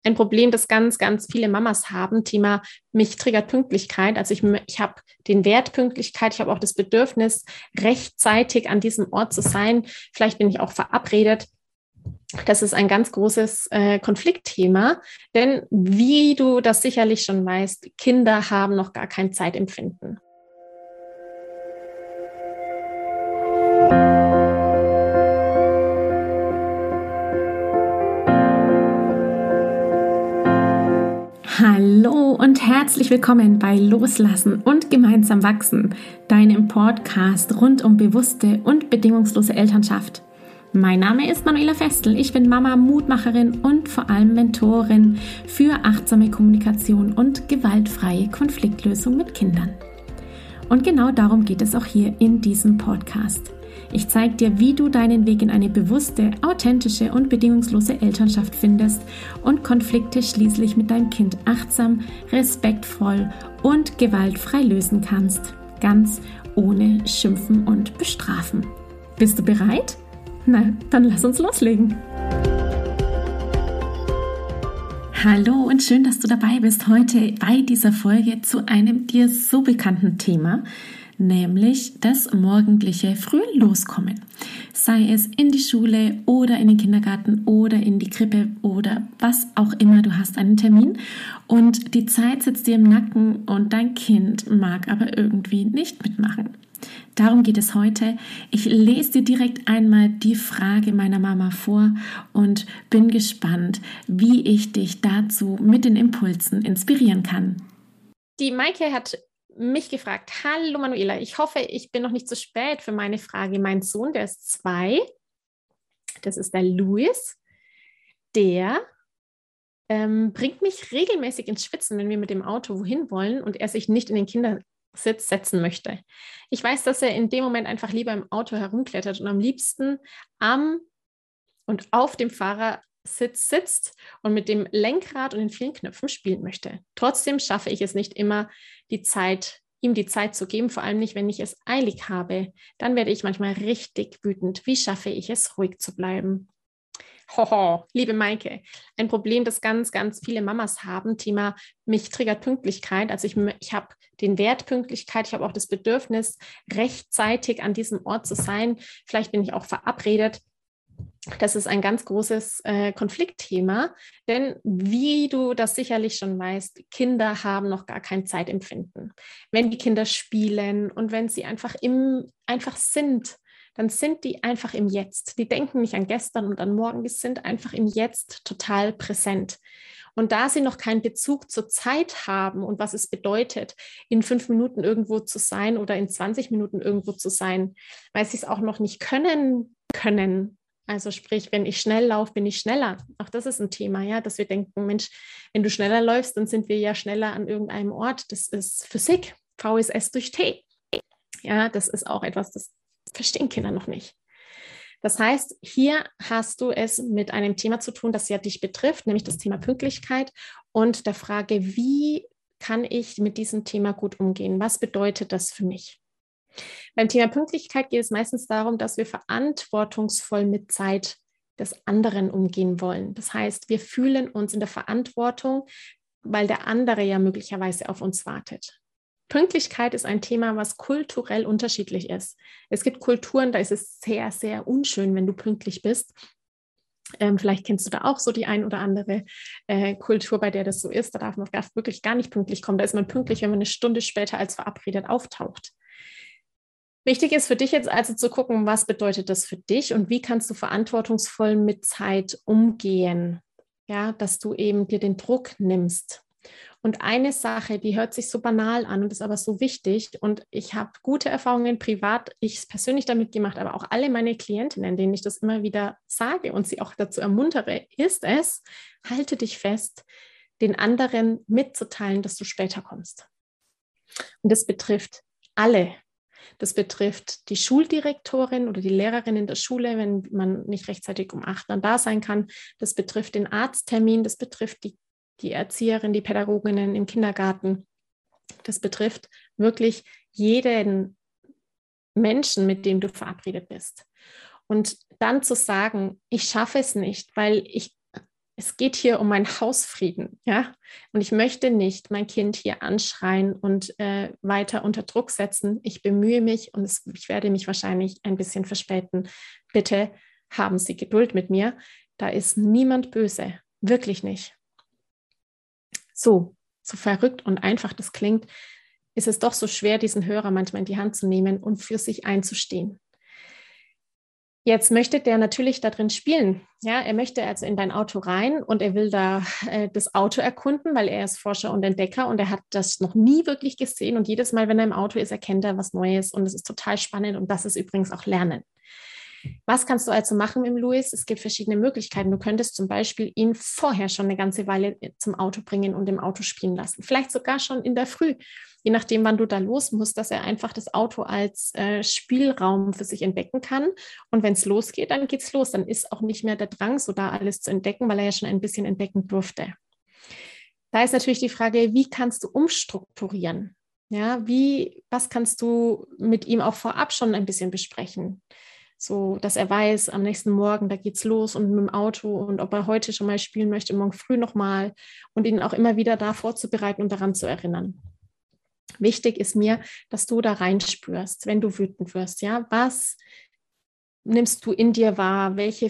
Ein Problem, das ganz, ganz viele Mamas haben, Thema mich triggert Pünktlichkeit. Also ich habe den Wert Pünktlichkeit, ich habe auch das Bedürfnis, rechtzeitig an diesem Ort zu sein. Vielleicht bin ich auch verabredet. Das ist ein ganz großes Konfliktthema, denn wie du das sicherlich schon weißt, Kinder haben noch gar kein Zeitempfinden. Hallo und herzlich willkommen bei Loslassen und gemeinsam wachsen, deinem Podcast rund um bewusste und bedingungslose Elternschaft. Mein Name ist Manuela Festel, ich bin Mama, Mutmacherin und vor allem Mentorin für achtsame Kommunikation und gewaltfreie Konfliktlösung mit Kindern. Und genau darum geht es auch hier in diesem Podcast. Ich zeige dir, wie du deinen Weg in eine bewusste, authentische und bedingungslose Elternschaft findest und Konflikte schließlich mit deinem Kind achtsam, respektvoll und gewaltfrei lösen kannst. Ganz ohne Schimpfen und Bestrafen. Bist du bereit? Na, dann lass uns loslegen. Hallo und schön, dass du dabei bist heute bei dieser Folge zu einem dir so bekannten Thema, nämlich das morgendliche Frühloskommen. Sei es in die Schule oder in den Kindergarten oder in die Krippe oder was auch immer, du hast einen Termin und die Zeit sitzt dir im Nacken und dein Kind mag aber irgendwie nicht mitmachen. Darum geht es heute. Ich lese dir direkt einmal die Frage meiner Mama vor und bin gespannt, wie ich dich dazu mit den Impulsen inspirieren kann. Die Maike hat mich gefragt, hallo Manuela, ich hoffe, ich bin noch nicht zu spät für meine Frage. Mein Sohn, der ist 2, das ist der Louis, der bringt mich regelmäßig ins Schwitzen, wenn wir mit dem Auto wohin wollen und er sich nicht in den Kindersitz setzen möchte. Ich weiß, dass er in dem Moment einfach lieber im Auto herumklettert und am liebsten am und auf dem Fahrersitz sitzt und mit dem Lenkrad und den vielen Knöpfen spielen möchte. Trotzdem schaffe ich es nicht immer, ihm die Zeit zu geben, vor allem nicht, wenn ich es eilig habe. Dann werde ich manchmal richtig wütend. Wie schaffe ich es, ruhig zu bleiben? Hoho, liebe Maike, ein Problem, das ganz, ganz viele Mamas haben, Thema mich triggert Pünktlichkeit. Also ich habe den Wert Pünktlichkeit, ich habe auch das Bedürfnis, rechtzeitig an diesem Ort zu sein. Vielleicht bin ich auch verabredet. Das ist ein ganz großes Konfliktthema, denn wie du das sicherlich schon weißt, Kinder haben noch gar kein Zeitempfinden. Wenn die Kinder spielen und wenn sie einfach sind, dann sind die einfach im Jetzt. Die denken nicht an gestern und an morgen, die sind einfach im Jetzt total präsent. Und da sie noch keinen Bezug zur Zeit haben und was es bedeutet, in 5 Minuten irgendwo zu sein oder in 20 Minuten irgendwo zu sein, weil sie es auch noch nicht können. Also sprich, wenn ich schnell laufe, bin ich schneller. Auch das ist ein Thema, ja, dass wir denken, Mensch, wenn du schneller läufst, dann sind wir ja schneller an irgendeinem Ort. Das ist Physik, VSS durch T. Ja, das ist auch etwas, das verstehen Kinder noch nicht. Das heißt, hier hast du es mit einem Thema zu tun, das ja dich betrifft, nämlich das Thema Pünktlichkeit und der Frage, wie kann ich mit diesem Thema gut umgehen? Was bedeutet das für mich? Beim Thema Pünktlichkeit geht es meistens darum, dass wir verantwortungsvoll mit Zeit des anderen umgehen wollen. Das heißt, wir fühlen uns in der Verantwortung, weil der andere ja möglicherweise auf uns wartet. Pünktlichkeit ist ein Thema, was kulturell unterschiedlich ist. Es gibt Kulturen, da ist es sehr, sehr unschön, wenn du pünktlich bist. Vielleicht kennst du da auch so die ein oder andere Kultur, bei der das so ist. Da darf man wirklich gar nicht pünktlich kommen. Da ist man pünktlich, wenn man eine Stunde später als verabredet auftaucht. Wichtig ist für dich jetzt also zu gucken, was bedeutet das für dich und wie kannst du verantwortungsvoll mit Zeit umgehen, ja, dass du eben dir den Druck nimmst. Und eine Sache, die hört sich so banal an und ist aber so wichtig und ich habe gute Erfahrungen privat, ich persönlich damit gemacht, aber auch alle meine Klientinnen, denen ich das immer wieder sage und sie auch dazu ermuntere, ist es, halte dich fest, den anderen mitzuteilen, dass du später kommst. Und das betrifft alle. Das betrifft die Schuldirektorin oder die Lehrerin in der Schule, wenn man nicht rechtzeitig um 8 dann da sein kann. Das betrifft den Arzttermin, das betrifft die Erzieherin, die Pädagoginnen im Kindergarten. Das betrifft wirklich jeden Menschen, mit dem du verabredet bist. Und dann zu sagen, ich schaffe es nicht, weil Es geht hier um meinen Hausfrieden, ja. Und ich möchte nicht mein Kind hier anschreien und weiter unter Druck setzen. Ich bemühe mich und ich werde mich wahrscheinlich ein bisschen verspäten. Bitte haben Sie Geduld mit mir. Da ist niemand böse, wirklich nicht. So verrückt und einfach das klingt, ist es doch so schwer, diesen Hörer manchmal in die Hand zu nehmen und für sich einzustehen. Jetzt möchte der natürlich da drin spielen. Ja, er möchte also in dein Auto rein und er will da das Auto erkunden, weil er ist Forscher und Entdecker und er hat das noch nie wirklich gesehen. Und jedes Mal, wenn er im Auto ist, erkennt er was Neues und es ist total spannend und das ist übrigens auch Lernen. Was kannst du also machen mit dem Louis? Es gibt verschiedene Möglichkeiten. Du könntest zum Beispiel ihn vorher schon eine ganze Weile zum Auto bringen und im Auto spielen lassen. Vielleicht sogar schon in der Früh, je nachdem, wann du da los musst, dass er einfach das Auto als Spielraum für sich entdecken kann. Und wenn es losgeht, dann geht's los. Dann ist auch nicht mehr der Drang, so da alles zu entdecken, weil er ja schon ein bisschen entdecken durfte. Da ist natürlich die Frage, wie kannst du umstrukturieren? Ja, was kannst du mit ihm auch vorab schon ein bisschen besprechen? So, dass er weiß, am nächsten Morgen, da geht's los und mit dem Auto und ob er heute schon mal spielen möchte, morgen früh nochmal und ihn auch immer wieder da vorzubereiten und daran zu erinnern. Wichtig ist mir, dass du da reinspürst, wenn du wütend wirst. Ja, was nimmst du in dir wahr? Welche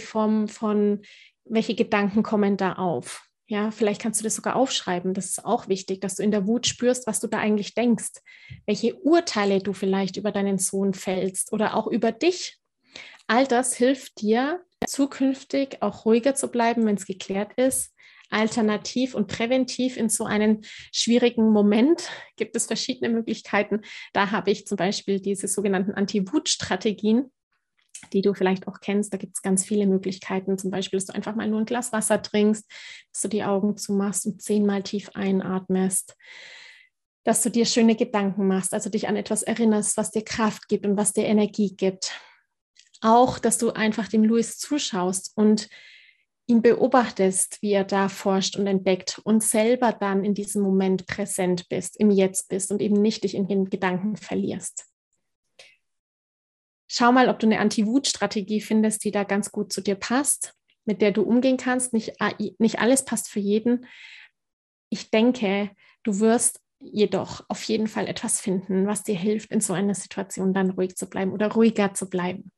Gedanken kommen da auf? Ja, vielleicht kannst du das sogar aufschreiben. Das ist auch wichtig, dass du in der Wut spürst, was du da eigentlich denkst. Welche Urteile du vielleicht über deinen Sohn fällst oder auch über dich. All das hilft dir, zukünftig auch ruhiger zu bleiben, wenn es geklärt ist. Alternativ und präventiv in so einen schwierigen Moment gibt es verschiedene Möglichkeiten. Da habe ich zum Beispiel diese sogenannten Anti-Wut-Strategien, die du vielleicht auch kennst. Da gibt es ganz viele Möglichkeiten. Zum Beispiel, dass du einfach mal nur ein Glas Wasser trinkst, dass du die Augen zumachst und 10-mal tief einatmest. Dass du dir schöne Gedanken machst, also dich an etwas erinnerst, was dir Kraft gibt und was dir Energie gibt. Auch, dass du einfach dem Louis zuschaust und ihn beobachtest, wie er da forscht und entdeckt und selber dann in diesem Moment präsent bist, im Jetzt bist und eben nicht dich in den Gedanken verlierst. Schau mal, ob du eine Anti-Wut-Strategie findest, die da ganz gut zu dir passt, mit der du umgehen kannst. Nicht alles passt für jeden. Ich denke, du wirst jedoch auf jeden Fall etwas finden, was dir hilft, in so einer Situation dann ruhig zu bleiben oder ruhiger zu bleiben.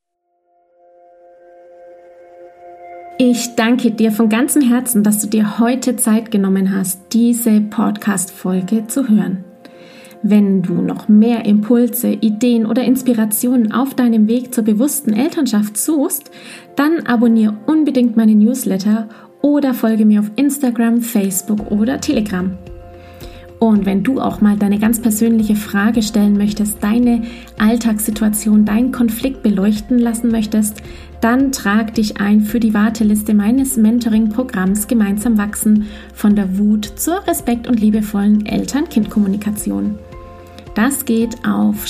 Ich danke dir von ganzem Herzen, dass du dir heute Zeit genommen hast, diese Podcast-Folge zu hören. Wenn du noch mehr Impulse, Ideen oder Inspirationen auf deinem Weg zur bewussten Elternschaft suchst, dann abonniere unbedingt meine Newsletter oder folge mir auf Instagram, Facebook oder Telegram. Und wenn du auch mal deine ganz persönliche Frage stellen möchtest, deine Alltagssituation, deinen Konflikt beleuchten lassen möchtest, dann trag dich ein für die Warteliste meines Mentoring-Programms Gemeinsam wachsen, von der Wut zur respekt- und liebevollen Eltern-Kind-Kommunikation. Das geht auf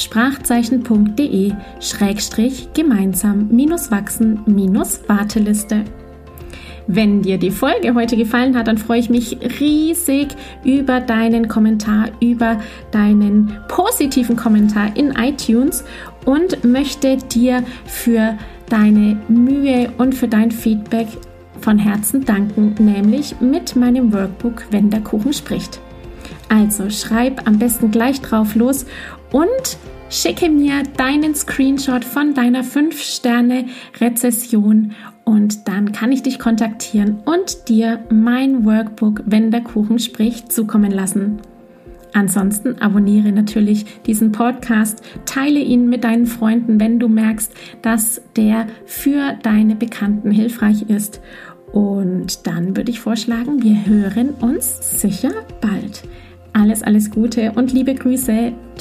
sprachzeichen.de/gemeinsam-wachsen-Warteliste. Wenn dir die Folge heute gefallen hat, dann freue ich mich riesig über deinen Kommentar, über deinen positiven Kommentar in iTunes und möchte dir für deine Mühe und für dein Feedback von Herzen danken, nämlich mit meinem Workbook Wenn der Kuchen spricht. Also schreib am besten gleich drauf los und schicke mir deinen Screenshot von deiner 5-Sterne-Rezession und dann kann ich dich kontaktieren und dir mein Workbook Wenn der Kuchen spricht zukommen lassen. Ansonsten abonniere natürlich diesen Podcast, teile ihn mit deinen Freunden, wenn du merkst, dass der für deine Bekannten hilfreich ist. Und dann würde ich vorschlagen, wir hören uns sicher bald. Alles Gute und liebe Grüße.